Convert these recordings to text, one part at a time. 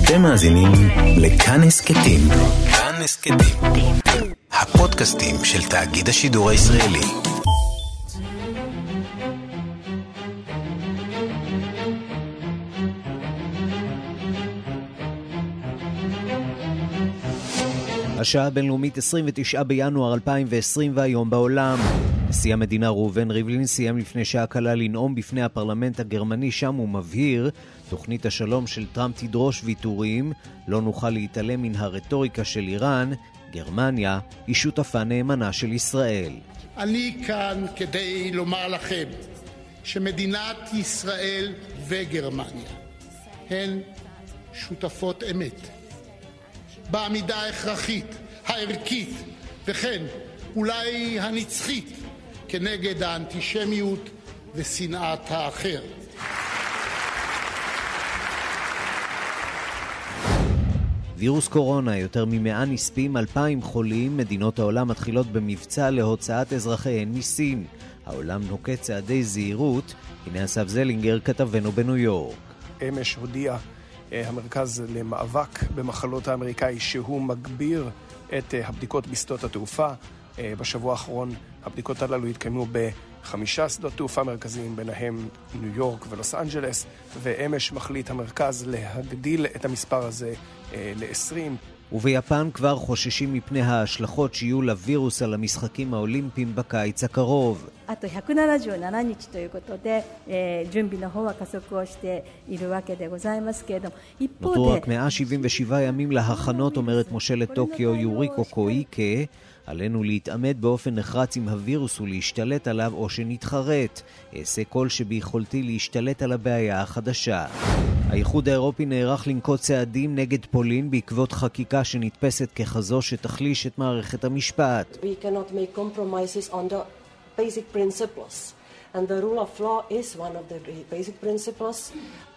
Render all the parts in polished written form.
אתם מאזינים לכאן הסכתים. כאן הסכתים, הפודקאסטים של תאגיד השידור הישראלי. השעה הבינלאומית 29 בינואר 2020 והיום בעולם. נשיא המדינה ראובן ריבלין סיים לפני שעה קלה לנאום בפני הפרלמנט הגרמני, שם הוא מבהיר, תוכנית השלום של טראמפ תדרוש ויתורים, לא נוכל להתעלם מן הרטוריקה של איראן, גרמניה היא שותפה נאמנה של ישראל. אני כאן כדי לומר לכם שמדינת ישראל וגרמניה הן שותפות אמת. בעמידה ההכרחית, הערכית, וכן אולי הנצחית, כנגד האנטישמיות ושנאת האחר. וירוס קורונה, יותר מ100 נספים, 2,000 חולים, מדינות העולם מתחילות במבצע להוצאת אזרחיהן מסין. העולם נוקט צעדי זהירות, הנה אסף זלינגר כתבנו בניו יורק. אמש הודיע המרכז למאבק במחלות האמריקאי שהוא מגביר את הבדיקות בשדות התעופה. בשבוע האחרון הבדיקות הללו התקיימו ב5 שדות תעופה מרכזיים, ביניהם ניו יורק ולוס אנג'לס, ואמש מחליט המרכז להגדיל את המספר הזה ל-20. וביפן כבר חוששים מפני ההשלכות שיהיו לווירוס על המשחקים האולימפיים בקיץ הקרוב. あと177日ということで、準備の方は加速をしているわけでございますけれども、一方で נותרו רק 177 ימים להכנות, אומרת מושלת טוקיו יוריקו קואיקה. עלינו להתעמת באופן נחרץ עם הווירוס ולהשתלט עליו או שנתחרט. אעשה כל שביכולתי להשתלט על הבעיה החדשה. האיחוד האירופי נערך לנקוט צעדים נגד פולין בעקבות חקיקה שנתפסת ככזו שתחליש את מערכת המשפט. We cannot make compromises on the basic principles, and the rule of law is one of the basic principles.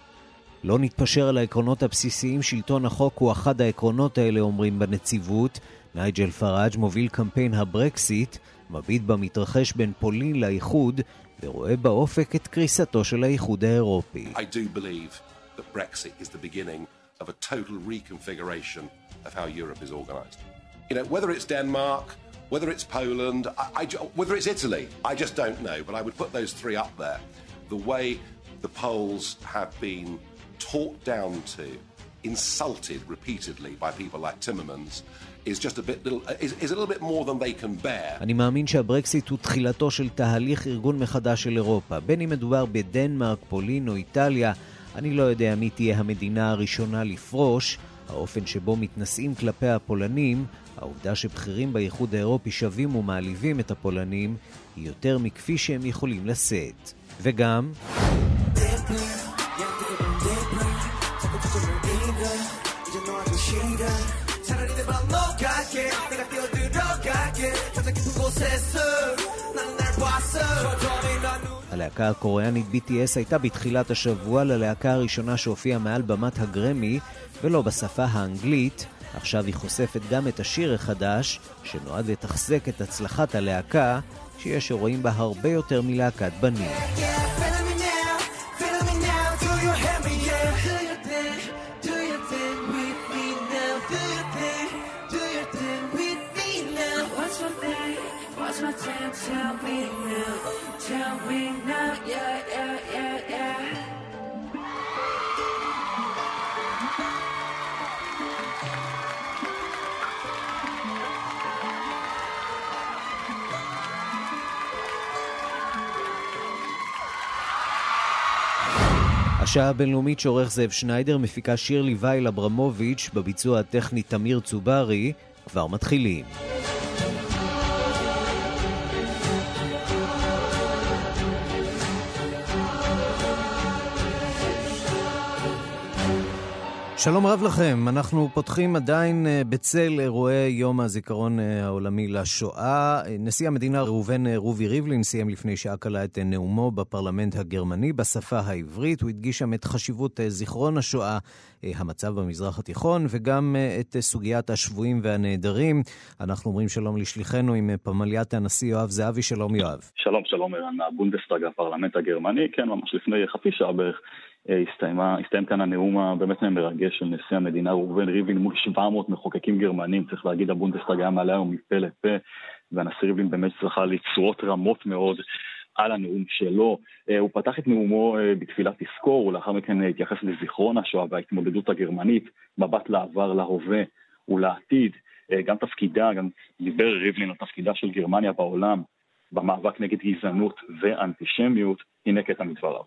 לא נתפשר על העקרונות הבסיסיים, שלטון החוק הוא אחד העקרונות האלה, אומרים בנציבות. נייג'ל פראג', מוביל קמפיין הברקסיט, מביט במתרחש בין פולין לאיחוד ורואה באופק את קריסתו של האיחוד האירופי. I do believe that Brexit is the beginning of a total reconfiguration of how Europe is organized. You know, whether it's Denmark, whether it's Poland, whether it's Italy, I just don't know, but I would put those three up there. The way the Poles have been talked down to, insulted repeatedly by people like Timmermans, is just a little bit more than they can bear. אני מאמין שהברקסיט הוא תחילתו של תהליך ארגון מחדש של אירופה. בין אם מדובר בדנמרק, פולין או איטליה, אני לא יודע מי תהיה המדינה הראשונה לפרוש. האופן שבו מתנשאים כלפי הפולנים, העובדה שבכירים באיחוד האירופי שווים ומעליבים את הפולנים, היא יותר מכפי שהם יכולים לשאת. וגם הלהקה הקוריאנית BTS הייתה בתחילת השבוע ללהקה הראשונה שהופיעה מעל במת הגרמי, ולא בשפה האנגלית. עכשיו היא חושפת גם את השיר החדש שנועד לתחזק את הצלחת הלהקה, שיש שרואים בה הרבה יותר מלהקת בנים. השעה הבינלאומית שעורך זאב שניידר, מפיקה שירלי וייל אברמוביץ', בביצוע הטכני תמיר צוברי. כבר מתחילים. שלום רב לכם, אנחנו פותחים עדיין בצל אירועי יום הזיכרון העולמי לשואה. נשיא המדינה ראובן רובי ריבלין סיים לפני שעה קלה את נאומו בפרלמנט הגרמני בשפה העברית. הוא הדגיש שם את חשיבות זיכרון השואה, המצב במזרח התיכון, וגם את סוגיית השבויים והנעדרים. אנחנו אומרים שלום לשליחנו עם פמליית הנשיא יואב זהבי. שלום יואב. שלום, שלום ערן, מהבונדסטאג, הפרלמנט הגרמני. כן, ממש לפני חצי שעה בערך הסתיים כאן הנאום הבאמת מרגש של נשיא המדינה ראובן ריבלין מול 700 מחוקקים גרמנים. צריך להגיד, הבונדסטאג היה מלא ומפה לפה, והנשיא ריבלין באמת צריכה לצרות רמות מאוד על הנאום שלו. הוא פתח את נאומו בתפילת תזכור, ולאחר מכן התייחס לזיכרון השואה וההתמודדות הגרמנית, מבט לעבר, להווה ולעתיד. גם דיבר ריבלין על תפקידה של גרמניה בעולם, במאבק נגד גזענות ואנטישמיות. הנה קטע מדבריו.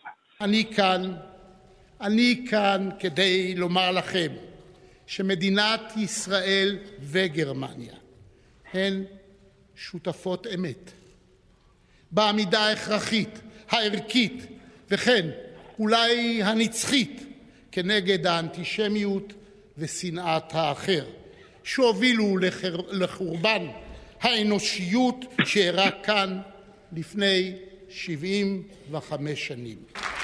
אני כאן כדי לומר לכם שמדינת ישראל וגרמניה הן שותפות אמת, בעמידה ההכרחית, הערכית, וכן אולי הנצחית, כנגד האנטישמיות ושנאת האחר, שהובילו לחורבן האנושיות שאירע כאן לפני 75 שנים.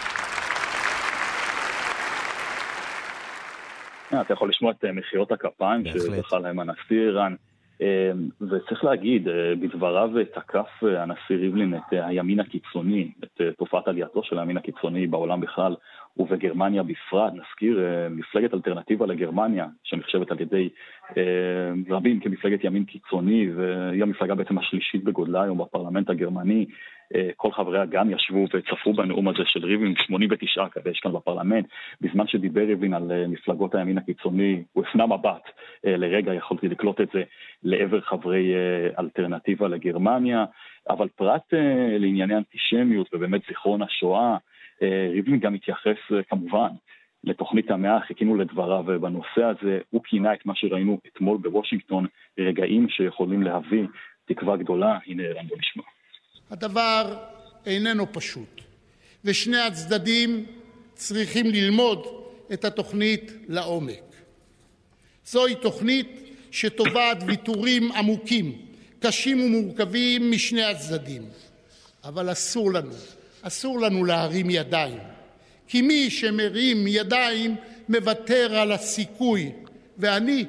אתה יכול לשמוע את מחיאות הכפיים שזכה להם הנשיא איראן, וצריך להגיד, בדבריו תקף הנשיא ריבלין את הימין הקיצוני, את תופעת עלייתו של הימין הקיצוני בעולם בכלל ובגרמניה בפרט. נזכיר, מפלגת אלטרנטיבה לגרמניה, שנחשבת על ידי רבים כמפלגת ימין קיצוני, והיא המפלגה בעצם השלישית בגודלה היום בפרלמנט הגרמני. כל חבריה גם ישבו וצפו בנאום הזה של ריבלין, 89 כזה יש כאן בפרלמנט. בזמן שדיבר ריבלין על מפלגות הימין הקיצוני, הוא הפנה מבט, לרגע יכולתי לקלוט את זה, לעבר חברי אלטרנטיבה לגרמניה. אבל פרט לענייני אנטישמיות ובאמת זיכרון השואה, ריבלין גם התייחס כמובן לתוכנית המאה. חיכינו לדבריו בנושא הזה. הוא כינה את מה שראינו אתמול בוושינגטון רגעים שיכולים להביא תקווה גדולה. הנה בוא נשמע. הדבר איננו פשוט, ושני הצדדים צריכים ללמוד את התוכנית לעומק. זוהי תוכנית שתובעת ויתורים עמוקים, קשים ומורכבים משני הצדדים. אבל אסור לנו להרים ידיים, כי מי שמרים ידיים מוותר על הסיכוי, ואני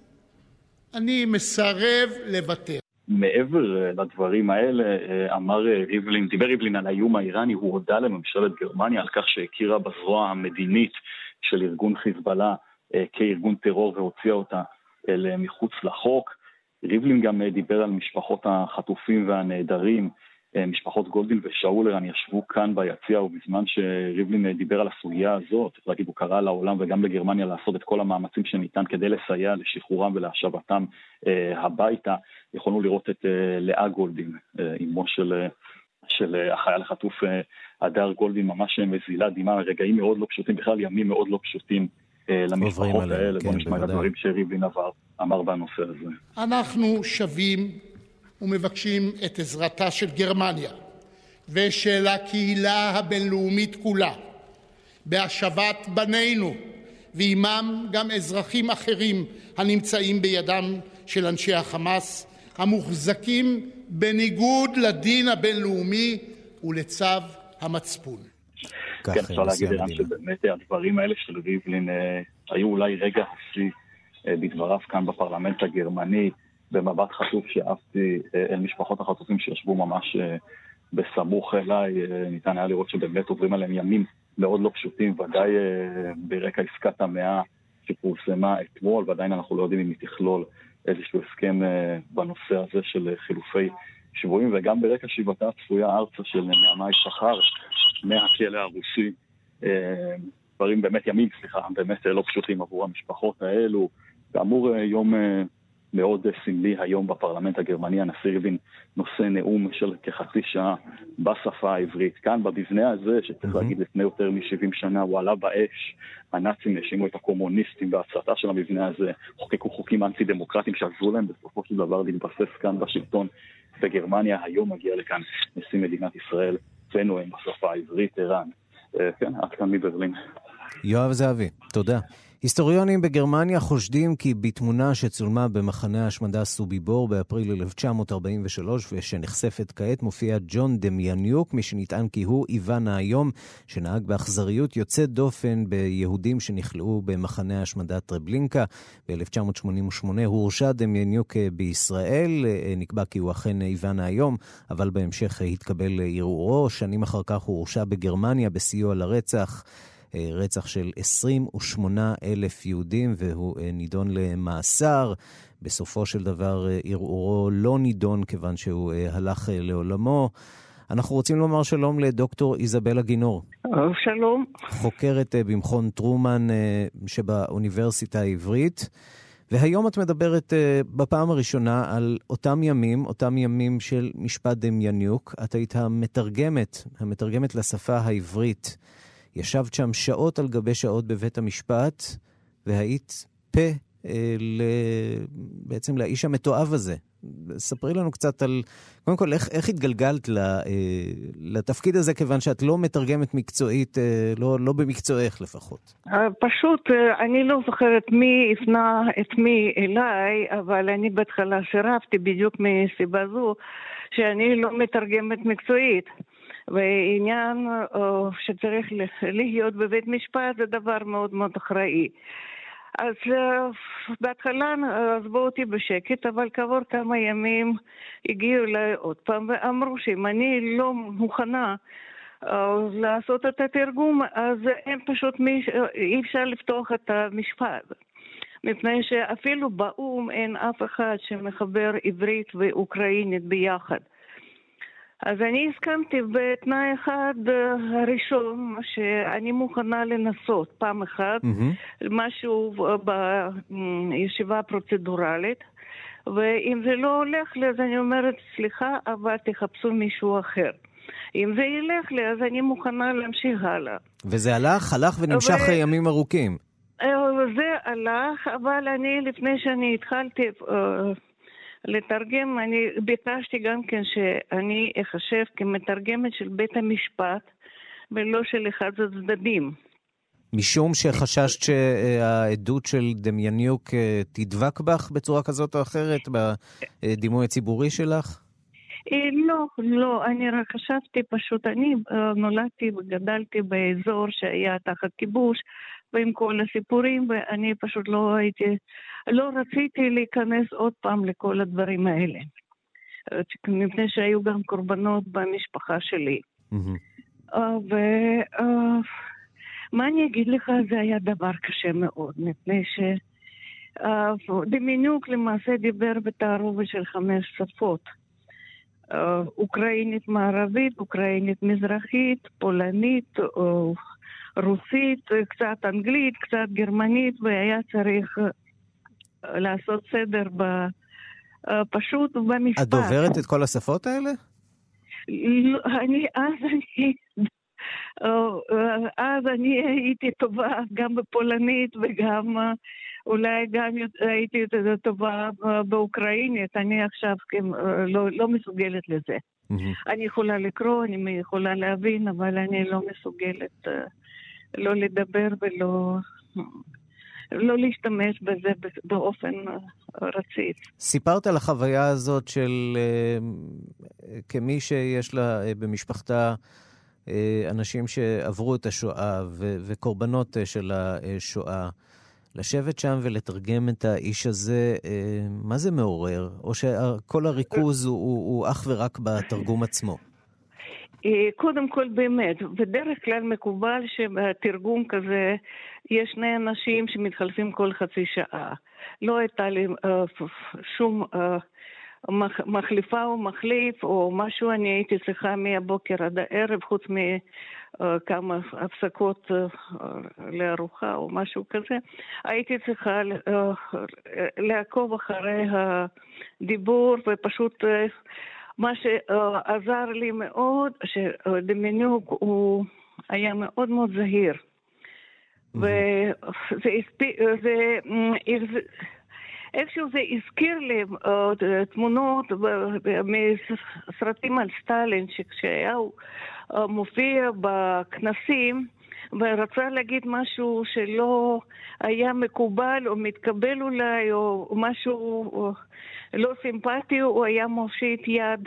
מסרב לוותר. מעבר לדברים האלה, דיבר ריבלין על האיום האיראני. הוא הודע לממשלת גרמניה על כך שהכירה בזרוע המדינית של ארגון חיזבאללה כארגון טרור והוציאה אותה אל מחוץ לחוק. ריבלין גם דיבר על משפחות החטופים והנעדרים. משפחות גולדין ושאולרן ישבו כאן ביציע, ובזמן שריבלין דיבר על הסוגיה הזאת, צריך להגיד, הוא קרא לעולם וגם לגרמניה לעשות את כל המאמצים שניתן כדי לסייע לשחרורם ולהשבתם הביתה. יכולנו לראות את לאה גולדין, אמו של החייל החטוף הדר גולדין, ממש מזילה דמעה. רגעים מאוד לא פשוטים, בכלל ימים מאוד לא פשוטים למשפחות האלה. בוא נשמע את הדברים שריבלין אמר בנושא הזה. אנחנו שווים ומבקשים את עזרתה של גרמניה ושל הקהילה הבינלאומית כולה בהשבת בנינו, ועימם גם אזרחים אחרים הנמצאים בידם של אנשי החמאס, המוחזקים בניגוד לדין הבינלאומי ולצו המצפון. כן, אפשר להגיד שבאמת הדברים האלה של ריבלין היו אולי רגע השיא בדבריו כאן בפרלמנט הגרמני. במבט חשוף שאפתי אל משפחות החטופים שישבו ממש בסמוך אליי, ניתן היה לראות שבאמת עוברים עליהם ימים מאוד לא פשוטים, ודאי ברקע עסקת המאה שפורסמה אתמול, ועדיין אנחנו לא יודעים אם היא תכלול איזשהו הסכם בנושא הזה של חילופי שבויים, וגם ברקע שיבתה הצפויה ארצה של נעמה יששכר מהכלא הרוסי. דברים באמת באמת לא פשוטים עבור המשפחות האלו. כאמור, יום מאוד סמלי היום בפרלמנט הגרמני. הנשיא ריבלין נושא נאום של כחצי שעה בשפה העברית. כאן במבנה הזה, שצריך להגיד לפני יותר מ-70 שנה, הוא עלה באש. הנאצים האשימו את הקומוניסטים בהצתה של המבנה הזה, חוקקו חוקים אנטי-דמוקרטיים שעזרו להם בסופו של דבר להתבסס כאן בשלטון בגרמניה. היום מגיע לכאן נשיא מדינת ישראל ונואם בשפה העברית, ערן. כן, עד כאן מברלין. יואב זהבי, תודה. היסטוריונים בגרמניה חושדים כי בתמונה שצולמה במחנה השמדה סוביבור באפריל 1943 ושנחשפת כעת מופיע ג'ון דמיאניוק, מי שנטען כי הוא איוון היום שנהג באכזריות יוצאת דופן ביהודים שנכלאו במחנה השמדה טרבלינקה. ב-1988 הוא הורשע דמיאניוק בישראל, נקבע כי הוא אכן איוון היום, אבל בהמשך התקבל ערעורו. שנים אחר כך הוא הורשע בגרמניה בסיוע לרצח רצח של 28,000 יהודים, והוא נידון למאסר. בסופו של דבר ערעורו לא נידון כיוון שהוא הלך לעולמו. אנחנו רוצים לומר שלום לדוקטור איזבלה גינור. שלום. חוקרת במכון טרומן שבאוניברסיטה העברית. והיום את מדברת בפעם הראשונה על אותם ימים של משפט דמיאניוק. את היית המתרגמת לשפה העברית. ישבת שם שעות על גבי שעות בבית המשפט, והיית פה בעצם לאיש המתואב הזה. ספרי לנו קצת על, קודם כל, איך התגלגלת לתפקיד הזה, כיוון שאת לא מתרגמת מקצועית, לא במקצועך לפחות. פשוט, אני לא זוכרת מי הפנה את מי אליי, אבל אני בהתחלה סירבתי בדיוק מסיבה זו, שאני לא מתרגמת מקצועית. ועניין שצריך להיות בבית משפט זה דבר מאוד מאוד אחראי. אז בהתחלה עזבו אותי בשקט, אבל כעבור כמה ימים הגיעו אליי עוד פעם ואמרו שאם אני לא מוכנה לעשות את התרגום, אז אין פשוט אי אפשר לפתוח את המשפט. מפני שאפילו באום אין אף אחד שמחבר עברית ואוקראינית ביחד. אז אני הסכמתי בתנאי אחד הראשון שאני מוכנה לנסות פעם אחת משהו בישיבה פרוצדורלית, ואם זה לא הולך לי אז אני אומרת סליחה, אבל תחפשו מישהו אחר. אם זה ילך לי אז אני מוכנה להמשיך הלאה. וזה הלך ונמשך ימים ארוכים. זה הלך, אבל אני לפני שאני התחלתי לתרגם, אני ביקשתי גם כן שאני אחשב כמתרגמת של בית המשפט ולא של אחד הצדדים. משום שחששת שהעדות של דמיאניוק תדבק בך בצורה כזאת או אחרת בדימוי הציבורי שלך? לא, אני רק חשבתי פשוט, אני נולדתי וגדלתי באזור שהיה תחת כיבוש ועם כל הסיפורים, ואני פשוט לא רציתי להיכנס עוד פעם לכל הדברים האלה. מפני שהיו גם קורבנות במשפחה שלי. מה אני אגיד לך, זה היה דבר קשה מאוד, מפני דמיאניוק למעשה דיבר בתערובת של 5 שפות. אוקראינית מערבית, אוקראינית מזרחית, פולנית, רוסית, קצת אנגלית, קצת גרמנית, והיה צריך לעשות סדר פשוט במשפט. את דוברת את כל השפות האלה? אז אני הייתי טובה גם בפולנית וגם אולי גם הייתי יותר טובה באוקראינית. אני עכשיו לא מסוגלת לזה. אני יכולה לקרוא, אני יכולה להבין, אבל אני לא מסוגלת לא לדבר ולא להשתמש בזה באופן רציף. סיפרת על החוויה הזאת של כמי שיש לה במשפחתה אנשים שעברו את השואה וקורבנות של השואה. לשבת שם ולתרגם את האיש הזה, מה זה מעורר? או שכל הריכוז הוא אך ורק בתרגום עצמו? קודם כל באמת, בדרך כלל מקובל שבתרגום כזה יש 2 אנשים שמתחלפים כל חצי שעה. לא הייתה לי שום מחליפה או מחליף או משהו, אני הייתי צריכה מהבוקר עד הערב, חוץ מכמה הפסקות לארוחה או משהו כזה. הייתי צריכה לעקוב אחרי הדיבור, ופשוט מה שעזר לי מאוד, שדמיאניוק הוא היה מאוד מאוד זהיר. איכשהו זה הזכיר לי תמונות מסרטים על סטלין, שכשהיה מופיע בכנסים ורצה להגיד משהו שלא היה מקובל או מתקבל אולי, או משהו לא סימפטי, הוא היה מושיט יד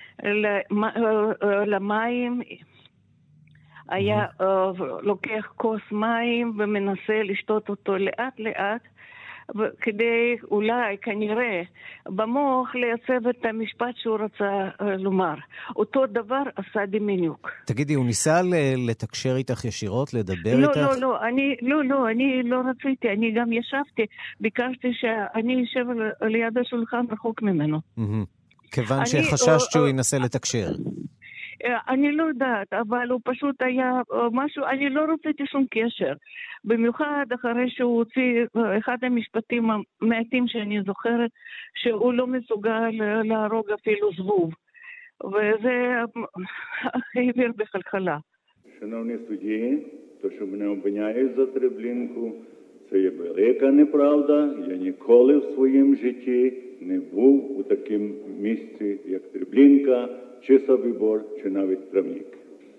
למים, היה לוקח כוס מים ומנסה לשתות אותו לאט לאט, כדי אולי, כנראה, במוח לייצב את המשפט שהוא רצה לומר. אותו דבר עשה דמיאניוק. תגידי, הוא ניסה לתקשר איתך ישירות, לדבר איתך? לא, אני לא רציתי, אני גם ישבתי, ביקשתי שאני אשב ליד השולחן רחוק ממנו. כיוון שחששת שהוא ינסה לתקשר. אני לא יודעת, אבל הוא פשוט היה משהו, אני לא רציתי שום קשר. במיוחד אחרי שהוא הוציא אחד המשפטים המעטים שאני זוכרת, שהוא לא מסוגל להרוג אפילו זבוב. וזה העביר בחלחלה. Шановні судді, то, що мене обвиняють за Треблінку, це є велика неправда. Я ніколи в своєму житті не був у такому місці, як Треблінка, чи Собібор, чи навіть Травнік.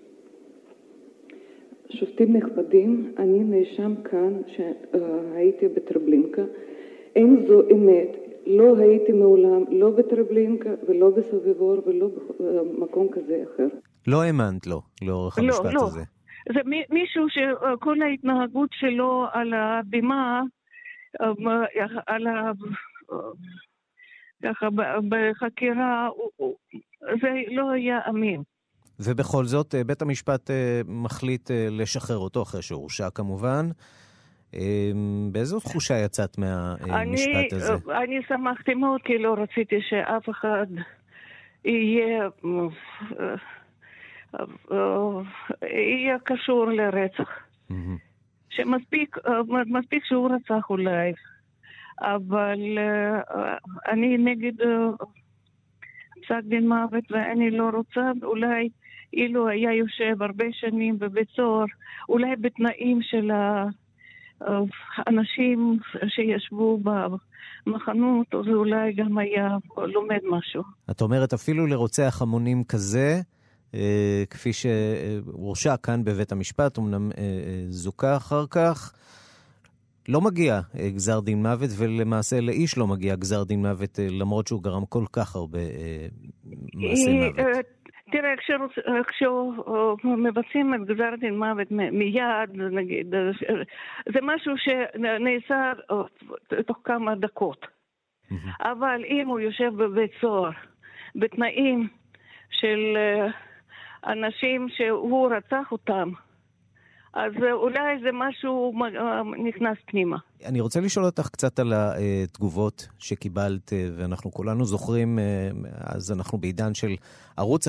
שופטים נכבדים, אני נאשם כאן שהייתי בטרבלינקה. אין זו אמת, לא הייתי מעולם, לא בטרבלינקה ולא בסוביבור ולא במקום כזה אחר. לא האמנת לו, לאורך המשפט הזה. זה מישהו שכל ההתנהגות שלו על הבימה, ככה בחקירה, זה לא היה אמין. ובכל זאת, בית המשפט מחליט לשחרר אותו אחרי שהורשע כמובן. באיזו תחושה יצאת מהמשפט הזה? אני שמחתי מאוד, כי לא רציתי שאף אחד יהיה קשור לרצח. שמספיק שהוא רצח אולי. אבל אני נגד פסק דין מוות, ואני לא רוצה, אולי אילו היה יושב הרבה שנים בבית סוהר, אולי בתנאים של האנשים שישבו במחנות, אז אולי גם היה לומד משהו. את אומרת, אפילו לרוצח המונים כזה, כפי שהורשע כאן בבית המשפט, אמנם זוכה אחר כך, לא מגיע גזר דין מוות, ולמעשה לאיש לא מגיע גזר דין מוות, למרות שהוא גרם כל כך הרבה מעשי מוות. תראה, כשמבצעים את גזר דין מוות מיד, נגיד, זה משהו שנעשה תוך כמה דקות. אבל אם הוא יושב בבית סוהר, בתנאים של אנשים שהוא רצח אותם, אז אולי זה משהו נכנס פנימה. אני רוצה לשאול אותך קצת על התגובות שקיבלת, ואנחנו כולנו זוכרים, אז אנחנו בעידן של ערוץ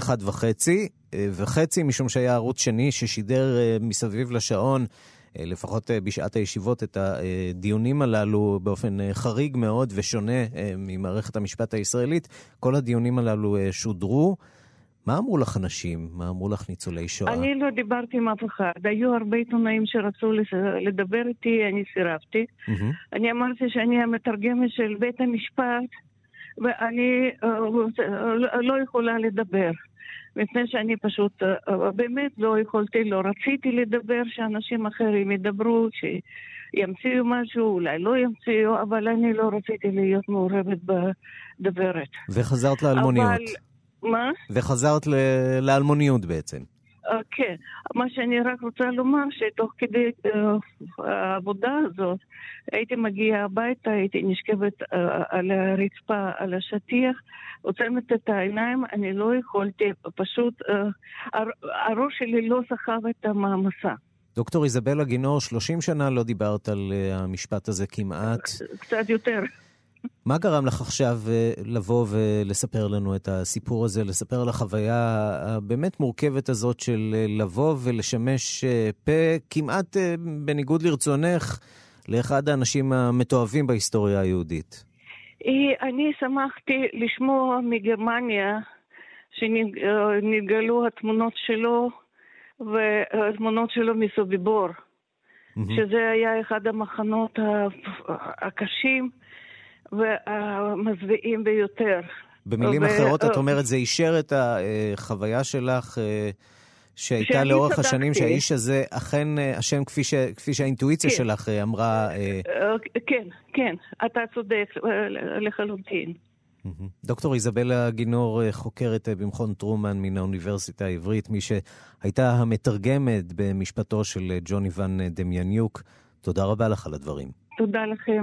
1.5, משום שהיה ערוץ שני ששידר מסביב לשעון, לפחות בשעת הישיבות, את הדיונים הללו באופן חריג מאוד ושונה ממערכת המשפט הישראלית. כל הדיונים הללו שודרו. מה אמרו לך אנשים? מה אמרו לך ניצולי שואה? אני לא דיברתי עם אף אחד. היו הרבה עיתונאים שרצו לדבר איתי, אני סירבתי. אני אמרתי שאני המתרגמת של בית המשפט, ואני לא יכולה לדבר. מפני שאני פשוט באמת לא יכולתי, לא רציתי לדבר, שאנשים אחרים ידברו, שימציאו משהו, אולי לא ימציאו, אבל אני לא רציתי להיות מעורבת בדברת. וחזרת לאלמוניות. מה? וחזרת לאלמוניות בעצם. כן. מה שאני רק רוצה לומר, שתוך כדי העבודה הזאת, הייתי מגיעה הביתה, הייתי נשכבת על הרצפה, על השטיח, עוצמת את העיניים, אני לא יכולתי, פשוט, הראש שלי לא סחב את המעמסה. דוקטור איזבלה גינור, 30 שנה לא דיברת על המשפט הזה כמעט. קצת יותר. מה גרם לך עכשיו לבוא ולספר לנו את הסיפור הזה, לספר על החוויה הבאמת מורכבת הזאת של לבוא ולשמש פה כמעט בניגוד לרצונך לאחד האנשים המתועבים בהיסטוריה היהודית? אני שמחתי לשמוע מגרמניה שנתגלו התמונות שלו והתמונות שלו מסוביבור, שזה היה אחד המחנות הקשים והמזוויעים ביותר. במילים אחרות, את אומרת, זה אישר את החוויה שלך שהייתה לאורך השנים, שהאיש הזה אכן אשם כפי שהאינטואיציה שלך אמרה. כן, אתה צודק לחלוטין. דוקטור איזבלה גינור, חוקרת במכון טרומן מן האוניברסיטה העברית, מי שהייתה המתרגמת במשפטו של ג'וני ואן דמיאניוק. תודה רבה לך על הדברים. תודה לכם.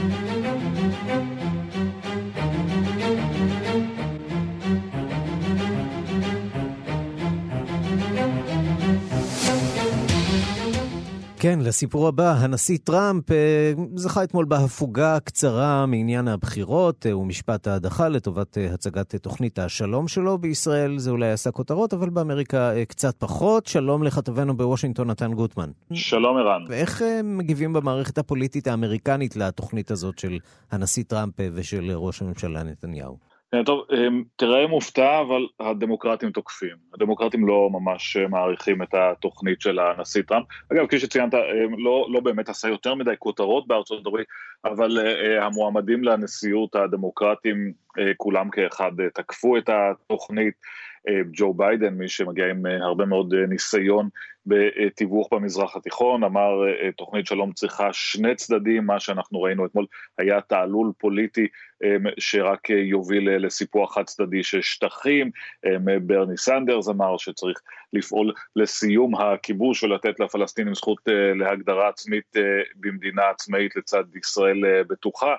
כן, לסיפור הבא, הנשיא טראמפ זכה אתמול בהפוגה קצרה מעניין הבחירות ומשפט ההדחה לטובת הצגת תוכנית השלום שלו. בישראל זה אולי עשה כותרות, אבל באמריקה קצת פחות. שלום לכתבנו בוושינגטון, נתן גוטמן. שלום ערן. ואיך מגיבים במערכת הפוליטית האמריקנית לתוכנית הזאת של הנשיא טראמפ ושל ראש הממשלה נתניהו? טוב, תראה מופתע, אבל הדמוקרטים תוקפים. הדמוקרטים לא ממש מעריכים את התוכנית של הנשיא טראמפ. אגב, כפי שציינת, לא באמת עשה יותר מדי כותרות בארצות הברית, אבל המועמדים לנשיאות הדמוקרטים, כולם כאחד תקפו את התוכנית. ג'ו ביידן, מי שמגיע עם הרבה מאוד ניסיון בתיווך במזרח התיכון, אמר תוכנית שלום צריכה שני צדדים. מה שאנחנו ראינו אתמול היה תעלול פוליטי שרק יוביל לסיפוח חד צדדי של שטחים. ברני סנדרס אמר שצריך לפעול לסיום הכיבוש ולתת לפלסטינים זכות להגדרה עצמית במדינה עצמאית לצד ישראל בטוחה.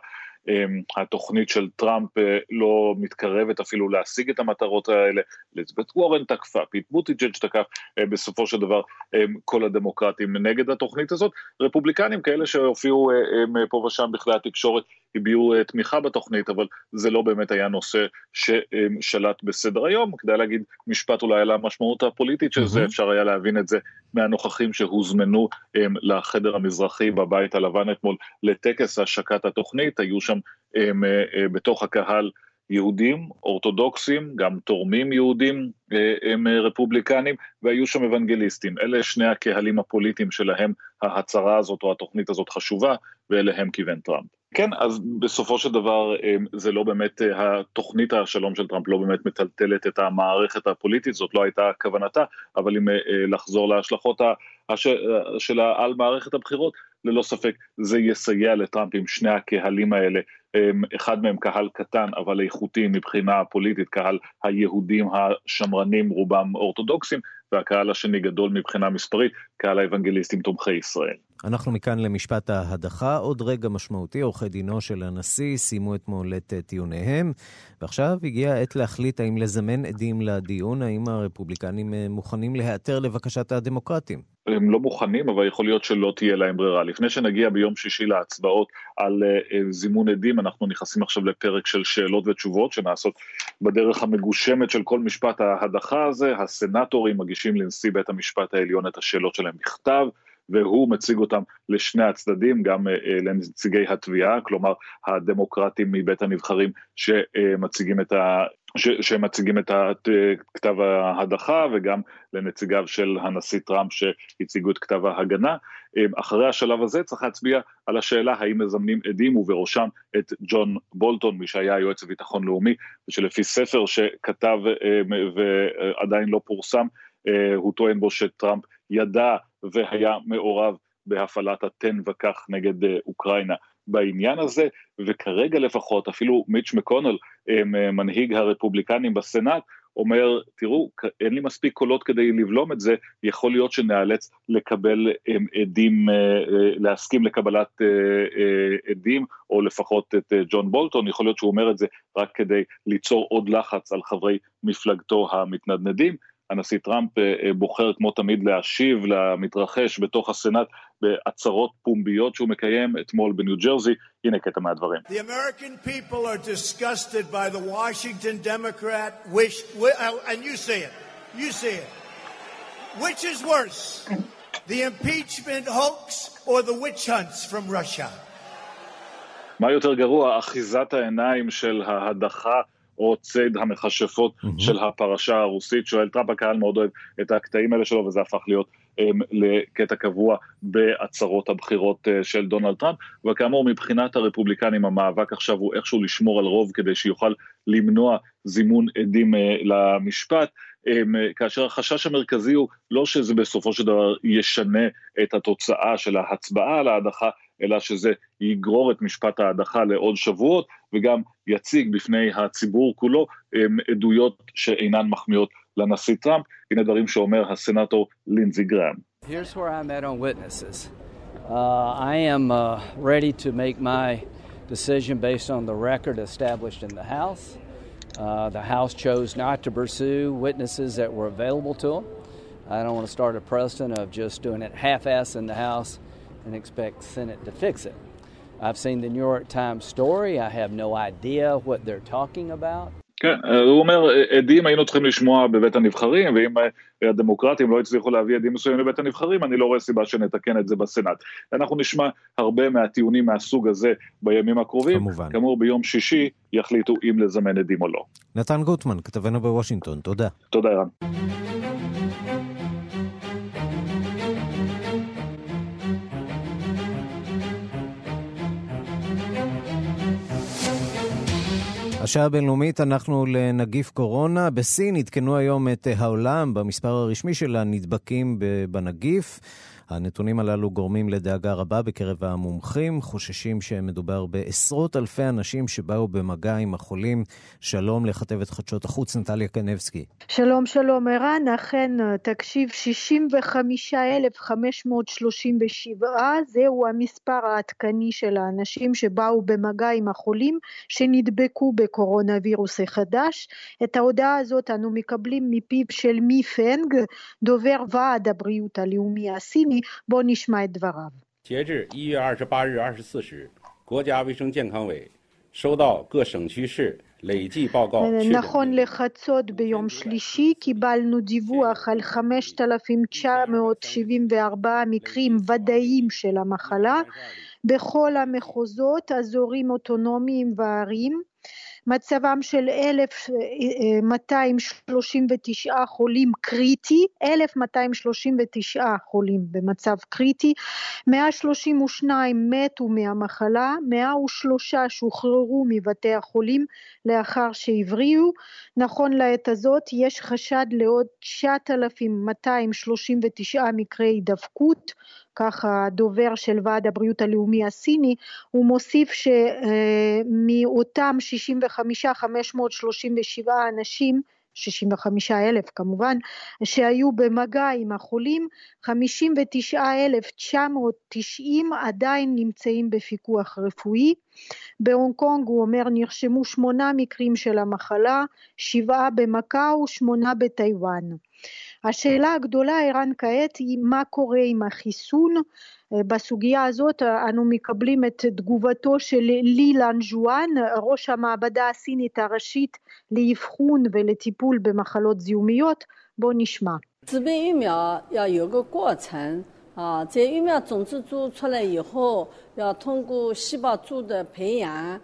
התוכנית של טראמפ לא מתקרבת אפילו להשיג את המטרות האלה. אליזבת וורן תקפה, פיט בוטיג'אג' תקף. בסופו של דבר כל הדמוקרטים נגד התוכנית הזאת. רפובליקנים כאלה שהופיעו פה ושם בכלי התקשורת הביעו תמיכה בתוכנית, אבל זה לא באמת היה נושא ששלט בסדר היום. כדאי להגיד משפט אולי על המשמעות הפוליטית של זה, אפשר היה להבין את זה מהנוכחים שהוזמנו לחדר המזרחי בבית הלבן אתמול לטקס השקת התוכנית. היו שם בתוך הקהל יהודים, אורתודוקסים, גם תורמים יהודים, הם רפובליקנים, והיו שם אוונגליסטים. אלה שני הקהלים הפוליטיים שלהם ההצהרה הזאת או התוכנית הזאת חשובה, ואליהם כיוון טראמפ. כן, אז בסופו של דבר זה לא באמת, התוכנית השלום של טראמפ לא באמת מטלטלת את המערכת הפוליטית, זאת לא הייתה כוונתה, אבל אם לחזור להשלכות שלה על מערכת הבחירות, ללא ספק זה יסייע לטראמפ עם שני הקהלים האלה, אחד מהם קהל קטן אבל איכותי מבחינה פוליטית, קהל היהודים השמרנים רובם אורתודוקסים, והקהל השני גדול מבחינה מספרית, קהל האוונגליסטים תומכי ישראל. אנחנו מכאן למשפט ההדחה, עוד רגע משמעותי. עורכי דינו של הנשיא סיימו אתמול את טיעוניהם, ועכשיו הגיעה העת להחליט האם לזמן עדים לדיון, האם הרפובליקנים מוכנים להיעתר לבקשת הדמוקרטים. הם לא מוכנים, אבל יכול להיות שלא תהיה להם ברירה. לפני שנגיע ביום שישי להצבעות על זימון עדים, אנחנו נכנסים עכשיו לפרק של שאלות ותשובות, שנעשות בדרך המגושמת של כל משפט ההדחה הזה. הסנטורים מגישים לנשיא בית המשפט העליון את השאלות שלהם בכתב, והוא מציג אותם לשני הצדדים, גם לנציגי התביעה, כלומר הדמוקרטים מבית הנבחרים שמציגים את כתב ההדחה, וגם לנציגיו של הנשיא טראמפ שהציגו את כתב ההגנה. אחרי השלב הזה צריך להצביע על השאלה האם מזמנים עדים, ובראשם את ג'ון בולטון, מי שהיה יועץ לביטחון לאומי, ושלפי ספר שכתב ועדיין לא פורסם, הוא טוען בו שטראמפ ידע והיה מעורב בהפעלת התן וכך נגד אוקראינה בעניין הזה, וכרגע לפחות אפילו מיץ' מקונל, מנהיג הרפובליקנים בסנאט, אומר, תראו, אין לי מספיק קולות כדי לבלום את זה, יכול להיות שנאלץ לקבל עדים, להסכים לקבלת עדים, או לפחות את ג'ון בולטון, יכול להיות שהוא אומר את זה רק כדי ליצור עוד לחץ על חברי מפלגתו המתנדנדים. הנשיא טראמפ בוחר כמו תמיד להשיב למתרחש בתוך הסנאט בהצהרות פומביות שהוא מקיים אתמול בניו ג'רזי. הנה קטע מהדברים. The American people are disgusted by the Washington Democrat and you say it. Which is worse? The impeachment hoax or the witch hunts from Russia? מה יותר גרוע, אחיזת העיניים של ההדחה או צד המכשפות של הפרשה הרוסית? שואל טראמפ. הקהל מאוד אוהב את הקטעים האלה שלו, וזה הפך להיות לקטע קבוע בהצהרות הבחירות של דונלד טראמפ. וכאמור, מבחינת הרפובליקנים המאבק עכשיו הוא איכשהו לשמור על רוב כדי שיוכל למנוע זימון עדים למשפט, כאשר החשש המרכזי הוא לא שזה בסופו של דבר ישנה את התוצאה של ההצבעה על ההדחה, אלא שזה יגרור את משפט ההדחה לעוד שבועות, וגם יציג בפני הציבור כולו עדויות שאינן מחמיאות לנשיא טראמפ. הנה דברים שאומר הסנטור לינזי גראם. Here's where I'm at on witnesses. I am ready to make my decision based on the record established in the House. The House chose not to pursue witnesses that were available to them. I don't want to start a precedent of just doing it half-ass in the House and expect the Senate to fix it. I've seen the New York Times story. I have no idea what they're talking about. כן, הוא אומר, עדים היינו צריכים לשמוע בבית הנבחרים, ואם הדמוקרטים לא הצליחו להביא עדים מסוימים לבית הנבחרים, אני לא רואה סיבה שנתקן את זה בסנאט. אנחנו נשמע הרבה מהטיעונים מהסוג הזה בימים הקרובים, כאמור ביום שישי יחליטו אם לזמן עדים או לא. נתן גוטמן, כתבנו בוושינגטון, תודה. תודה ערן. השעה הבינלאומית, אנחנו לנגיף קורונה. בסין עדכנו היום את העולם במספר הרשמי של הנדבקים בנגיף. הנתונים הללו גורמים לדאגה רבה בקרב המומחים, חוששים שמדובר בעשרות אלפי אנשים שבאו במגע עם החולים. שלום לכתבת חדשות החוץ נטליה קנבסקי. שלום, שלום ערן, אכן תקשיב 65,537, זהו המספר העדכני של האנשים שבאו במגע עם החולים שנדבקו בקורונה וירוס החדש. את ההודעה הזאת אנו מקבלים מפיו של מי פנג, דובר ועד הבריאות הלאומי הסיני. בוא נשמע את דבריו. 截至1月28日24时，国家卫生健康委收到各省区市累计报告。 נכון לחצות ביום שלישי קיבלנו דיווח על 5,974 מקרים ודאיים של המחלה בכל המחוזות, אזורים אוטונומיים וערים. מצבם של 1,239 חולים קריטי, 1,239 חולים במצב קריטי, 132 מתו מהמחלה, 103 שוחררו מבתי החולים לאחר שהבריאו. נכון לעת הזאת יש חשד לעוד 9,239 מקרי הידבקות, ככה דובר של ועד הבריאות הלאומי הסיני. הוא מוסיף שמאותם 65,537 אנשים, 65,000 כמובן, שהיו במגע עם החולים, 59,990 עדיין נמצאים בפיקוח רפואי. בהונג קונג, הוא אומר, נרשמו 8 מקרים של המחלה, 7 במקאו, 8 בטיואן. השאלה הגדולה ערן כעת היא מה קורה עם החיסון. בסוגיה הזאת אנו מקבלים את תגובתו של לי לנג'ואן, ראש המעבדה הסינית הראשית לאבחון ולטיפול במחלות זיהומיות. בוא נשמע. 自备疫苗要有个过程啊，这疫苗种子株出来以后，要通过细胞株的培养。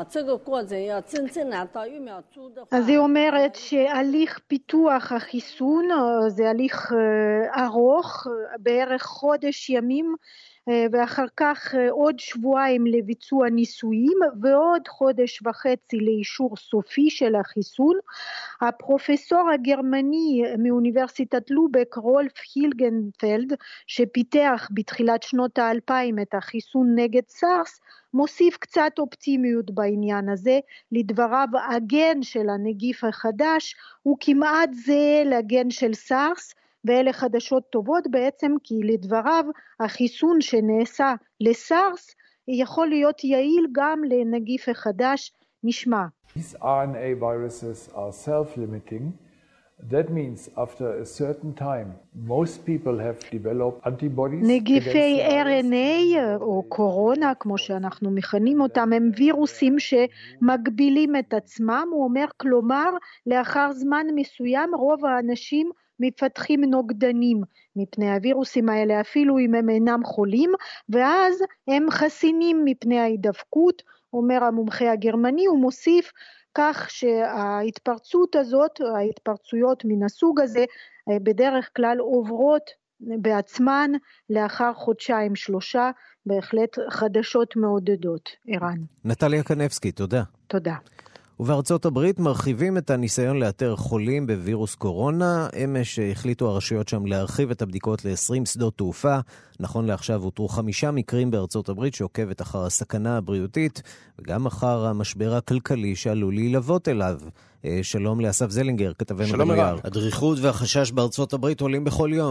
אז היא אומרת שהליך פיתוח החיסון זה הליך ארוך, בערך חודש ימים, ואחר כך עוד שבועיים לביצוע ניסויים ועוד חודש וחצי לאישור סופי של החיסון. הפרופסור הגרמני מאוניברסיטת לובק רולף הילגנפלד, שפיתח בתחילת שנות ה-2000 את החיסון נגד סארס, מוסיף קצת אופטימיות בעניין הזה. לדבריו הגן של הנגיף החדש הוא כמעט זהה לגן של סארס, ואלה חדשות טובות בעצם, כי לדבריו החיסון שנעשה לסארס יכול להיות יעיל גם לנגיף החדש. נשמע. These RNA viruses are self-limiting. That means after a certain time, most people have developed antibodies. נגיפי RNA או קורונה, כמו שאנחנו מכנים אותם, הם וירוסים שמגבילים את עצמם. הוא אומר, כלומר, לאחר זמן מסוים רוב האנשים מפתחים נוגדנים מפני הווירוסים האלה, אפילו אם הם אינם חולים, ואז הם חסינים מפני ההידבקות, אומר המומחה הגרמני. הוא מוסיף כך שההתפרצות הזאת, ההתפרצויות מן הסוג הזה, בדרך כלל עוברות בעצמן לאחר חודשיים-שלושה. בהחלט חדשות מעודדות. ערן. נטליה קנבסקי, תודה. תודה. ובארצות הברית מרחיבים את הניסיון לאתר חולים בווירוס קורונה. אמש החליטו הרשויות שם להרחיב את הבדיקות ל-20 שדות תעופה. נכון לעכשיו הותרו 5 מקרים בארצות הברית שעוקבת אחר הסכנה הבריאותית, וגם אחר המשבר הכלכלי שעלול להילוות אליו. שלום לאסף זלינגר, כתבנו בנייר. הדריכות והחשש בארצות הברית עולים בכל יום.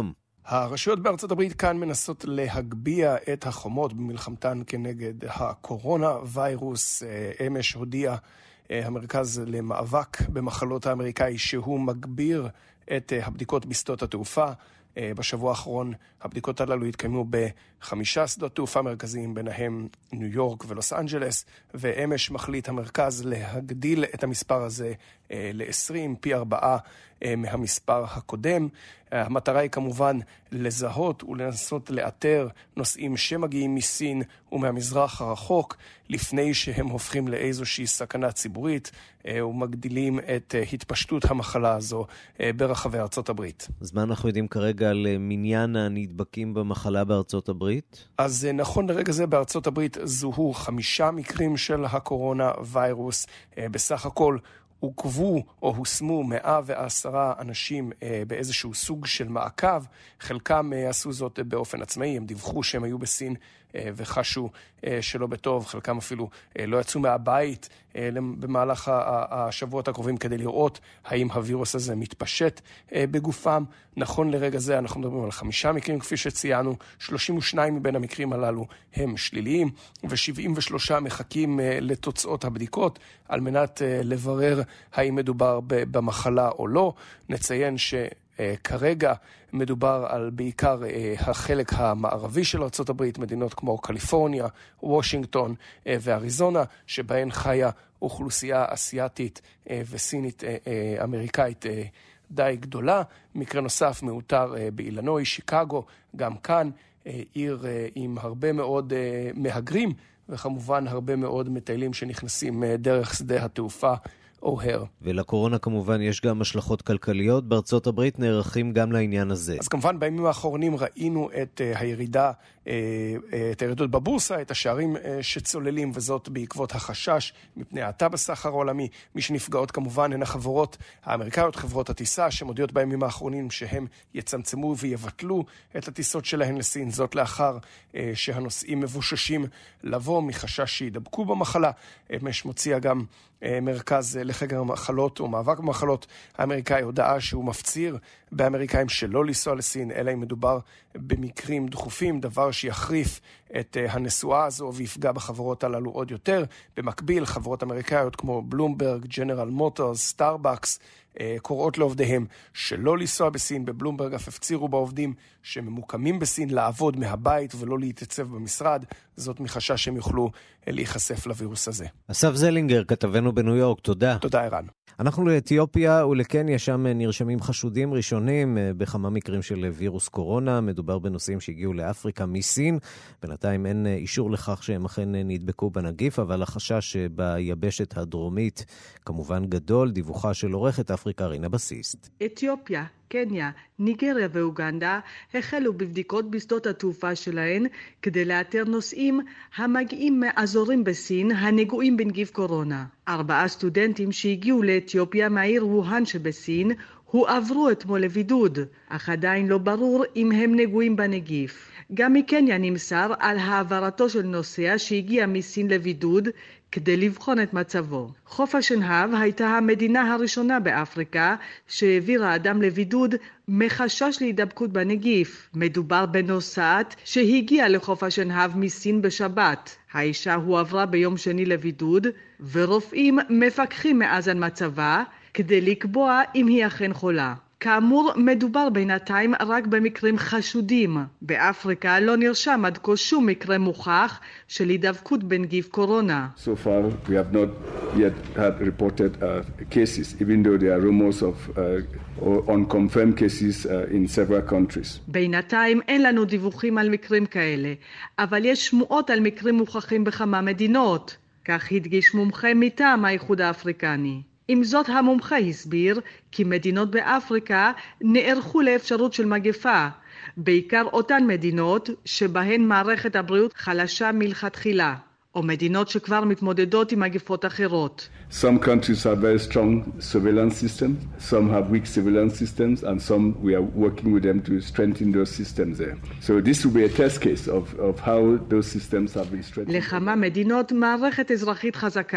הרשויות בארצות הברית כאן מנסות להגביה את החומות במלחמתן כנגד הקורונה ויירוס. אמש הודיע המרכז למאבק במחלות האמריקאי שהוא מגביר את הבדיקות בשדות התעופה. בשבוע האחרון הבדיקות הללו התקיימו ב5 שדות תעופה מרכזיים, ביניהם ניו יורק ולוס אנג'לס, ואמש מחליט המרכז להגדיל את המספר הזה ל-20, פי 4 מהמספר הקודם. המטרה היא כמובן לזהות ולנסות לאתר נוסעים שמגיעים מסין ומהמזרח הרחוק לפני שהם הופכים לאיזושהי סכנה ציבורית ומגדילים את התפשטות המחלה הזו ברחבי ארצות הברית. אז מה אנחנו יודעים כרגע על מניין הנדבקים במחלה בארצות הברית? אז נכון לרגע זה בארצות הברית זוהו 5 מקרים של הקורונה ויירוס. בסך הכל עוקבו או הושמו 110 אנשים באיזשהו סוג של מעקב. חלקם עשו זאת באופן עצמאי, הם דיווחו שהם היו בסין וחשו שלא בטוב, חלקם אפילו לא יצאו מהבית במהלך השבועות הקרובים כדי לראות האם הווירוס הזה מתפשט בגופם. נכון לרגע זה אנחנו מדברים על 5 מקרים כפי שציינו, 32 מבין המקרים הללו הם שליליים ו73 מחכים לתוצאות הבדיקות על מנת לברר האם מדובר במחלה או לא. נציין כרגע מדובר על בעיקר החלק המערבי של ארצות הברית, מדינות כמו קליפורניה, וושינגטון ואריזונה, שבהן חיה אוכלוסייה אסיאטית וסינית אמריקאית די גדולה. מקרה נוסף מאותר באילנוי, שיקגו, גם כאן עיר עם הרבה מאוד מהגרים וכמובן הרבה מאוד מטיילים שנכנסים דרך שדה התעופה אוהר. ולקורונה כמובן יש גם השלכות כלכליות. בארצות הברית נערכים גם לעניין הזה. אז כמובן בימים האחרונים ראינו את הירידה, את הירידות בבורסה, את השערים שצוללים, וזאת בעקבות החשש מפני האטה בסחר העולמי. מי שנפגעות כמובן הן החברות האמריקאיות, חברות הטיסה, שמודיעות בימים האחרונים שהם יצמצמו ויבטלו את הטיסות שלהן לסין, זאת לאחר שהנוסעים מבוששים לבוא מחשש שידבקו במחלה. אמש מוציאה גם מרכז לחקר המחלות או מאבק במחלות האמריקאי הודעה שהוא מפציר באמריקאים שלא לנסוע לסין, אלא אם מדובר במקרים דחופים, דבר שיחריף את הנסועה הזו ויפגע בחברות הללו עוד יותר. במקביל, חברות אמריקאיות כמו בלומברג, ג'נרל מוטורס, סטארבקס, קוראות לעובדיהם שלא לנסוע בסין. בבלומברג אף הפצירו בעובדים שממוקמים בסין לעבוד מהבית ולא להתייצב במשרד, זאת מחשש שהם יוכלו להיחשף לווירוס הזה. אסף זלינגר, כתבנו בניו יורק, תודה. תודה ערן. אנחנו לאתיופיה ולקניה, שם נרשמים חשודים ראשונים בכמה מקרים של וירוס קורונה. מדובר בנושאים שהגיעו לאפריקה מסין. בינתיים אין אישור לכך שהם אכן נדבקו בנגיף, אבל החשש ביבשת הדרומית כמובן גדול. דיווחה של עורכת אפריקה רינה בסיסט. אתיופיה, קניה, ניגריה ואוגנדה החלו בבדיקות בשדות התעופה שלהן כדי לאתר נוסעים המגיעים מאזורים בסין הנגועים בנגיף קורונה. 4 סטודנטים שהגיעו לאתיופיה מהעיר ווהאן שבסין הועברו אתמול לבידוד, אך עדיין לא ברור אם הם נגועים בנגיף. גם מקניה נמסר על העברתו של נוסע שהגיע מסין לבידוד כדי לבחון את מצבו. חוף השנהב הייתה המדינה הראשונה באפריקה שהעבירה אדם לבידוד מחשש להידבקות בנגיף. מדובר בנוסעת שהגיעה לחוף השנהב מסין בשבת. האישה הועברה ביום שני לבידוד, ורופאים מפקחים מאז על מצבה כדי לקבוע אם היא אכן חולה. כאמור, מדובר בינתיים רק במקרים חשודים. באפריקה לא נרשם עד כה שום מקרה מוכח של הידבקות בנגיף קורונה. So far, we have not yet had reported cases, even though there are rumors of unconfirmed cases in several countries. בינתיים אין לנו דיווחים על מקרים כאלה, אבל יש שמועות על מקרים מוכחים בכמה מדינות. כך הדגיש מומחה מטעם האיחוד האפריקני. עם זאת, המומחה הסביר כי מדינות באפריקה נערכו לאפשרות של מגפה, בעיקר אותן מדינות שבהן מערכת הבריאות חלשה מלכתחילה, או מדינות שכבר מתמודדות עם מגפות אחרות. Some countries have very strong surveillance systems, some have weak surveillance systems, and some we are working with them to strengthen those systems there. So this will be a test case of how those systems have been strengthened. לכמה מדינות מערכת אזרחית חזקה,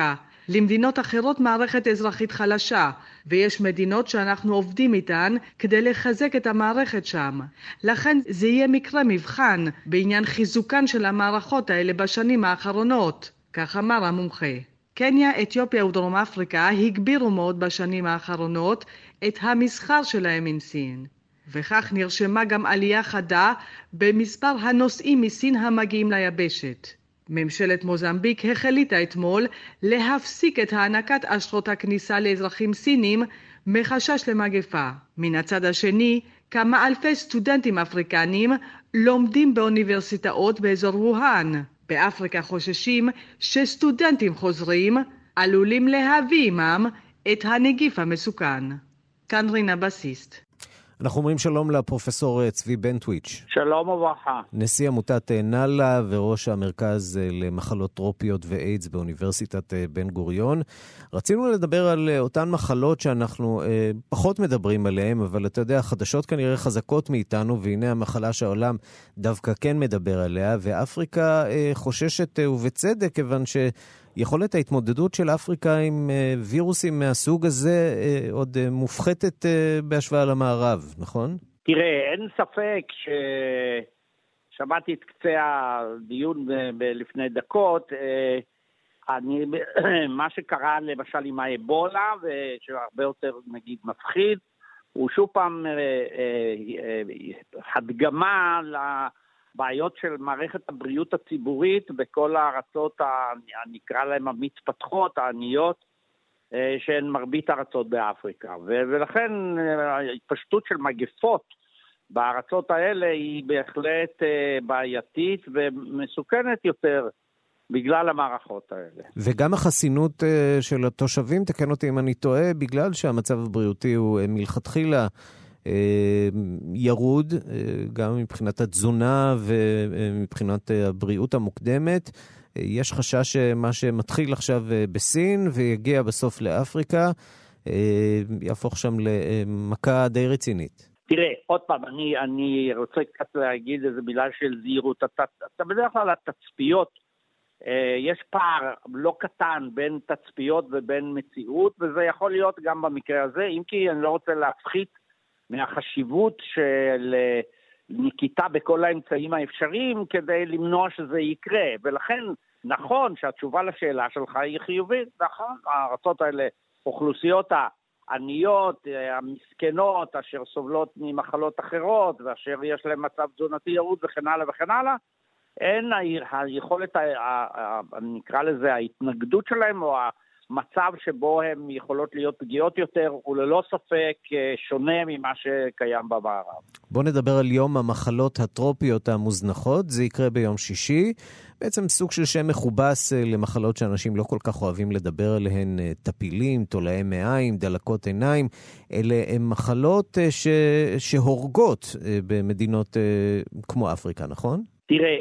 למדינות אחרות מערכת אזרחית חלשה, ויש מדינות שאנחנו עובדים איתן כדי לחזק את המערכת שם. לכן זה יהיה מקרה מבחן בעניין חיזוקן של המערכות האלה בשנים האחרונות, כך אמר המומחה. קניה, אתיופיה ודרום אפריקה הגבירו מאוד בשנים האחרונות את המסחר שלהם עם סין. וכך נרשמה גם עלייה חדה במספר הנוסעים מסין המגיעים ליבשת. ממשלת מוזמביק החליטה אתמול להפסיק את הענקת אשרות הכניסה לאזרחים סינים מחשש למגפה. מן הצד השני, כמה אלפי סטודנטים אפריקנים לומדים באוניברסיטאות באזור ווהאן. באפריקה חוששים שסטודנטים חוזרים עלולים להביא עמם את הנגיף המסוכן. כאן רינה בסיסט. אנחנו אומרים שלום לפרופסור צבי בנטוויץ'. שלום וברכה. נשיא עמותת נאלה וראש המרכז למחלות טרופיות ואיידס באוניברסיטת בן גוריון. רצינו לדבר על אותן מחלות שאנחנו פחות מדברים עליהן, אבל אתה יודע, החדשות כנראה חזקות מאיתנו, והנה המחלה שהעולם דווקא כן מדבר עליה, ואפריקה חוששת ובצדק, כיוון יכולת ההתמודדות של אפריקה עם וירוסים מהסוג הזה עוד מופחתת בהשוואה למערב, נכון? תראה, אין ספק ששמעתי את קצה הדיון לפני דקות, מה שקרה למשל עם האבולה, ושהרבה יותר נגיד מפחיד, הוא שוב פעם הדגמה בעיות של מערכת הבריאות הציבורית בכל הארצות, נקרא להם המתפתחות, העניות, שהן מרבית הארצות באפריקה. ולכן ההתפשטות של מגפות בארצות האלה היא בהחלט בעייתית ומסוכנת יותר בגלל המערכות האלה. וגם החסינות של התושבים, תקן אותי אם אני טועה, בגלל שהמצב הבריאותי הוא מלכתחילה ירוד, גם מבחינת התזונה ומבחינת הבריאות המוקדמת. יש חשש שמה שמתחיל עכשיו בסין ויגיע בסוף לאפריקה, יהפוך שם למכה די רצינית. תראה, עוד פעם, אני רוצה קצת להגיד איזה מילה של זהירות. אתה בדרך כלל התצפיות, יש פער לא קטן בין תצפיות ובין מציאות, וזה יכול להיות גם במקרה הזה, אם כי אני לא רוצה להפחית מהחשיבות של נקיטה בכל האמצעים האפשריים כדי למנוע שזה יקרה. ולכן נכון שהתשובה לשאלה שלך היא חיובית. נכון, הארצות האלה, אוכלוסיות העניות, המסכנות, אשר סובלות ממחלות אחרות, ואשר יש להם מצב תזונתי ירוד וכן הלאה וכן הלאה, אין היכולת, נקרא לזה, ההתנגדות שלהם או מצב שבו הן יכולות להיות פגיעות יותר, הוא ללא ספק שונה ממה שקיים במערב. בוא נדבר על יום המחלות הטרופיות המוזנחות. זה יקרה ביום שישי. בעצם סוג של שם מכובס למחלות שאנשים לא כל כך אוהבים לדבר עליהן, טפילים, תולעי מעיים, דלקות עיניים. אלה הן מחלות שהורגות במדינות כמו אפריקה, נכון? תראה,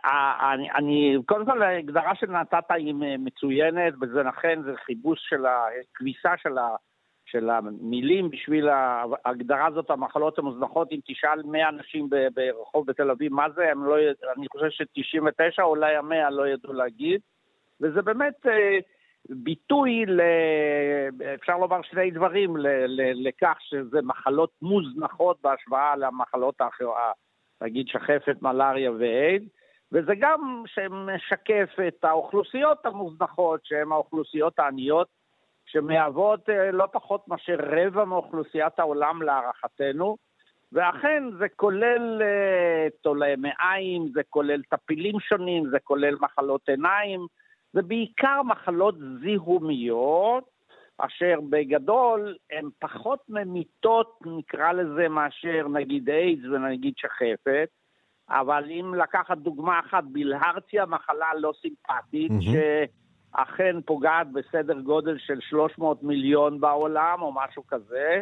אני קודם כל ההגדרה שנתת היא מצוינת, וזה לכן זה חיבוש של הכביסה של המילים בשביל ההגדרה הזאת, המחלות המוזנחות. אם תשאל 100 אנשים ברחוב בתל אביב מה זה, אני חושב ש99 אולי 100 לא ידעו להגיד, וזה באמת ביטוי, אפשר לומר שני דברים, לכך שזה מחלות מוזנחות בהשוואה למחלות האחרות, נגיד שחפת, מלריה ואייד, וזה גם שמשקף את האוכלוסיות המוזנחות, שהן האוכלוסיות העניות, שמהוות לא פחות מאשר רבע מאוכלוסיית העולם להערכתנו, ואכן זה כולל תולעי מעיים, זה כולל טפילים שונים, זה כולל מחלות עיניים, זה בעיקר מחלות זיהומיות, אשר בגדול הן פחות ממיתות, נקרא לזה, מאשר נגיד איידס ונגיד שחפת, אבל אם לקחת דוגמה אחת, בילהרציה, מחלה לא סימפטית, שאכן פוגעת בסדר גודל של 300 מיליון בעולם או משהו כזה,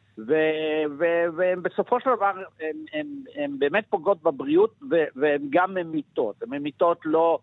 והן בסופו של דבר, הן באמת פוגעות בבריאות, והן גם ממיתות. הן ממיתות לא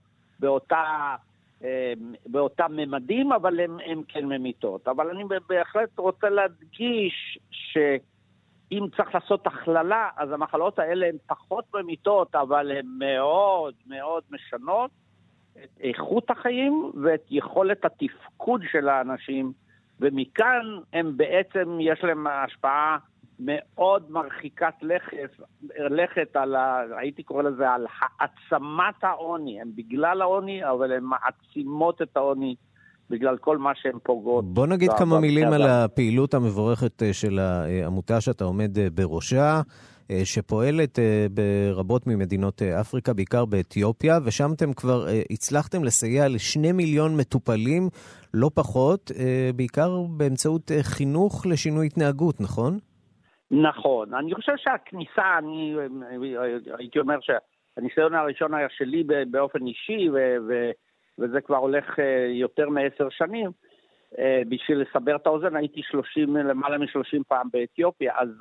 באותם ממדים, אבל הן כן ממיתות. אבל אני בהחלט רוצה להדגיש שאם צריך לעשות הכללה, אז המחלות האלה הן פחות ממיתות, אבל הן מאוד מאוד משנות, את איכות החיים ואת יכולת התפקוד של האנשים, ומכאן הם בעצם יש להם השפעה מאוד מרחיקת לכת על, הייתי קורא לזה, על העצמת העוני. הם בגלל העוני, אבל הם מעצימות את העוני בגלל כל מה שהם פוגעות. בוא נגיד כמה מילים על הפעילות המבורכת של העמותה שאתה עומד בראשה, שפועלת ברבות ממדינות אפריקה, בעיקר באתיופיה, ושם אתם כבר הצלחתם לסייע ל2 מיליון מטופלים, לא פחות, בעיקר באמצעות חינוך לשינוי התנהגות, נכון? נכון. אני חושב שהכניסה, אני הייתי אומר שהניסיון הראשון היה שלי באופן אישי, וזה כבר הולך יותר מ10 שנים, בשביל לסבר את האוזן, הייתי למעלה מ30 פעם באתיופיה, אז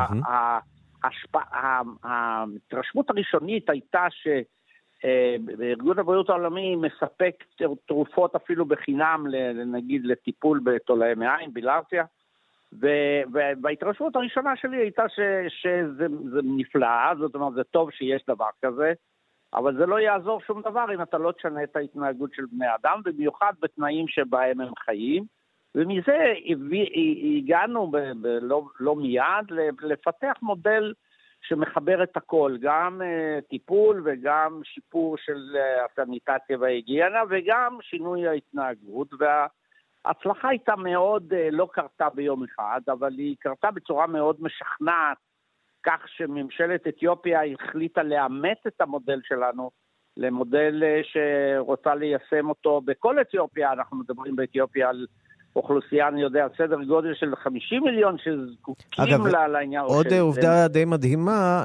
ההתרשמות הראשונית הייתה שבארגון הבריאות העולמי מספק תרופות אפילו בחינם, נגיד לטיפול בתולעי מעיים, בילרסיה, וההתרשמות הראשונה שלי הייתה שזה נפלא, זאת אומרת זה טוב שיש דבר כזה, אבל זה לא יעזור שום דבר אם אתה לא תשנה את ההתנהגות של בני אדם, במיוחד בתנאים שבהם הם חיים, ומזה הגענו לא מיד לפתח מודל שמחבר את הכל, גם טיפול וגם שיפור של הסניטציה וההיגיינה וגם שינוי ההתנהגות, וההצלחה הייתה מאוד, לא קרתה ביום אחד, אבל היא קרתה בצורה מאוד משכנעת, כך שממשלת אתיופיה החליטה לאמץ את המודל שלנו למודל שרוצה ליישם אותו בכל אתיופיה. אנחנו מדברים באתיופיה על אוכלוסייה, אני יודע, סדר גודל של 50 מיליון שזקוקים לעניין. עוד עובדה די מדהימה,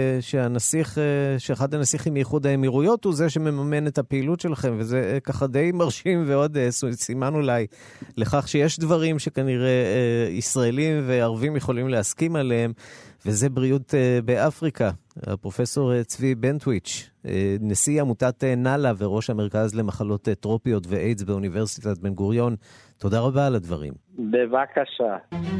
שאחד הנסיכים מאיחוד האמירויות הוא זה שמממן את הפעילות שלכם, וזה ככה די מרשים, ועוד סימן אולי לכך שיש דברים שכנראה ישראלים וערבים יכולים להסכים עליהם, וזה בריאות באפריקה. הפרופסור צבי בנטוויץ', נשיא עמותת נאלה וראש המרכז למחלות טרופיות ואיידס באוניברסיטת בן גוריון, תודה רבה על הדברים. בבקשה.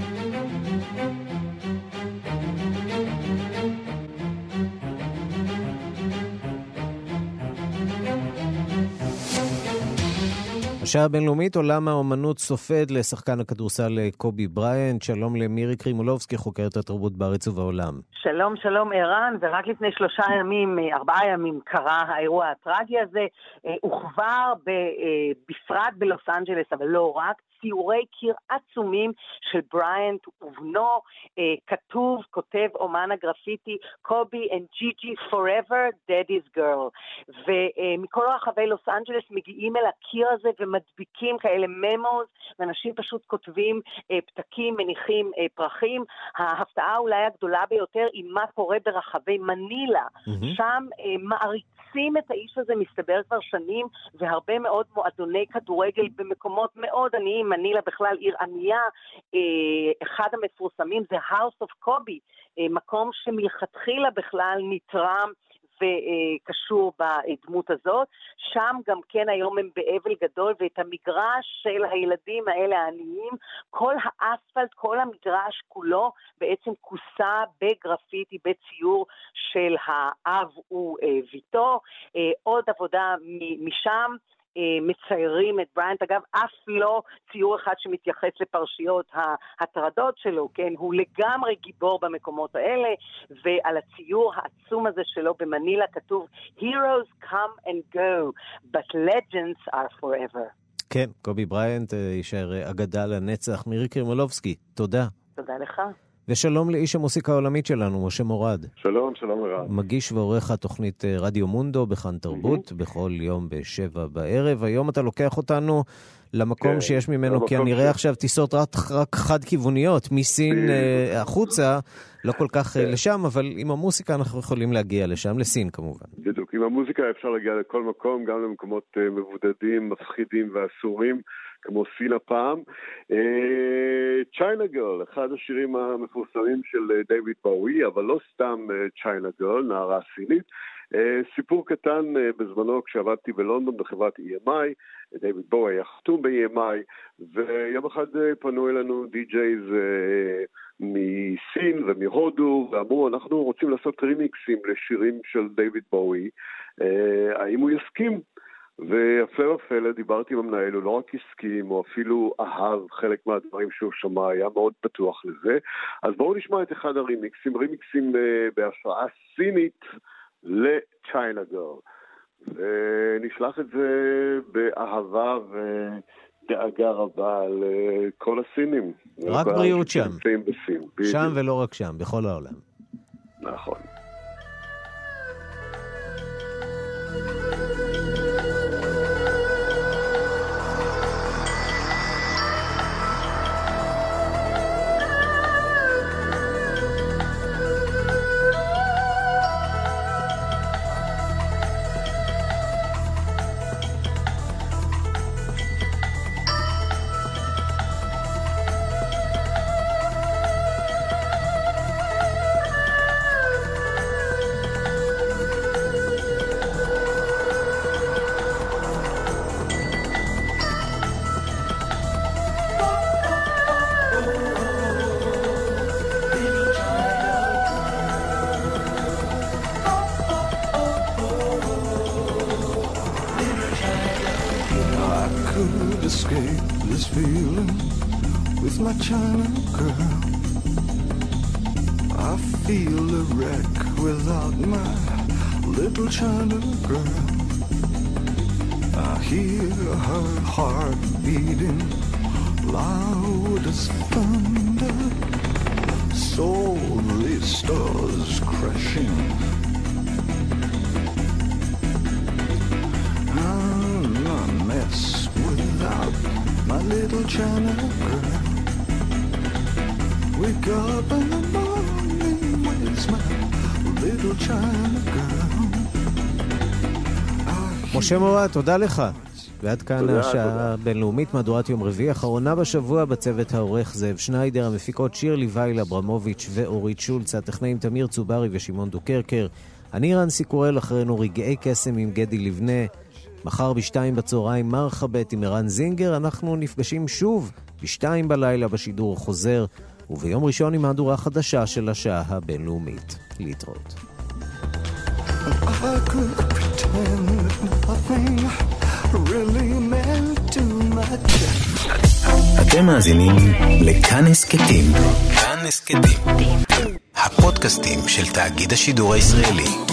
השעה הבינלאומית, עולם האומנות סופד לשחקן הכדורסל קובי בריינט. שלום למירי קרימולובסקי, חוקרת התרבות בארץ ובעולם. שלום, שלום ערן, ורק לפני 4 ימים קרה האירוע הטרגי הזה, וכבר בפרט בלוס אנג'לס, אבל לא רק, ציורי קיר עצומים של בריינט ובנו, כותב אומן הגרפיטי, קובי and Gigi forever, daddy's girl. ומכל רחבי לוס אנג'לס מגיעים אל הקיר הזה ומדביקים כאלה ממוס, ואנשים פשוט כותבים פתקים, מניחים פרחים. ההפתעה אולי הגדולה ביותר היא מה קורה ברחבי מנילה. שם מעריצים את האיש הזה, מסתבר כבר שנים, והרבה מאוד מועדוני כדורגל במקומות מאוד עניים. מנילה בכלל עיר ענייה, אחד המפורסמים זה House of Kobe, מקום שמלכתחילה בכלל נתרם וקשור בדמות הזאת. שם גם כן היום הם באבל גדול, ואת המגרש של הילדים האלה העניים, כל האספלט, כל המגרש כולו בעצם כוסה בגרפיטי, בציור של האב וביתו. עוד עבודה משם, מציירים את בריינט, אגב, אף לא ציור אחד שמתייחס לפרשיות ההטרדות שלו, כן? הוא לגמרי גיבור במקומות האלה, ועל הציור העצום הזה שלו במנילה כתוב, Heroes come and go, but legends are forever. כן, קובי בריינט יישאר אגדה לנצח. מירי קרימולובסקי, תודה. תודה לך. ושלום לאיש המוסיקה העולמית שלנו, משה מורד. שלום, שלום לרב. מגיש ועורך התוכנית רדיו מונדו בכאן תרבות, בכל יום ב7 בערב. היום אתה לוקח אותנו למקום שיש ממנו, כי אני רואה עכשיו טיסות רק חד-כיווניות, מסין החוצה, לא כל כך לשם, אבל עם המוסיקה אנחנו יכולים להגיע לשם, לסין כמובן. בדיוק, עם המוזיקה אפשר להגיע לכל מקום, גם למקומות מבודדים, מפחידים ואסורים, כמו סין הפעם. צ'יינה גרל, אחד השירים המפורסמים של דיוויד באוי, אבל לא סתם צ'יינה גרל, נערה סינית. סיפור קטן, בזמנו כשעבדתי בלונדון בחברת EMI, דיוויד באוי היה חתום ב-EMI, ויום אחד פנו אלינו די-ג'ייז מסין ומהודו, ואמרו, אנחנו רוצים לעשות רימיקסים לשירים של דיוויד באוי, האם הוא יסכים? והפלא ופלא, דיברתי עם המנהל, הוא לא רק הסכים, הוא אפילו אהב חלק מהדברים שהוא שמע, היה מאוד פתוח לזה. אז בואו נשמע את אחד רימיקסים בהשראה סינית לצ'יינה גרל. ונשלח את זה באהבה ודאגה רבה לכל הסינים. רק בריאות שם. שם ולא רק שם, בכל העולם. נכון. Escape this feeling with my China girl. I feel a wreck without my little China girl. I hear her heart beating loud as thunder. Slowly stars crashing. I'm a mess without my little China girl. Wake up in the morning, where's my little China girl? משה מורא, תודה לך. ועד כאן השעה הבינלאומית, מהדורת יום רביעי, אחרונה בשבוע. בצוות העורך זאב שניידר, המפיקות שירלי וייל אברמוביץ' ואורית שולץ, הטכנאים תמיר צוברי ושמעון דוקרקר. אני רנסי קורל, אחרינו רגעי קסם עם גדי לבנה. מחר ב-2:00 מרחבת עם ערן זינגר. אנחנו נפגשים שוב ב-2:00 בלילה בשידור חוזר, וביום ראשון עם מהדורה חדשה של השעה הבינלאומית. להתראות. I could pretend nothing really meant too much. אתם מאזינים לכאן הסכתים. כאן הסכתים. הפודקאסטים של תאגיד השידור הישראלי.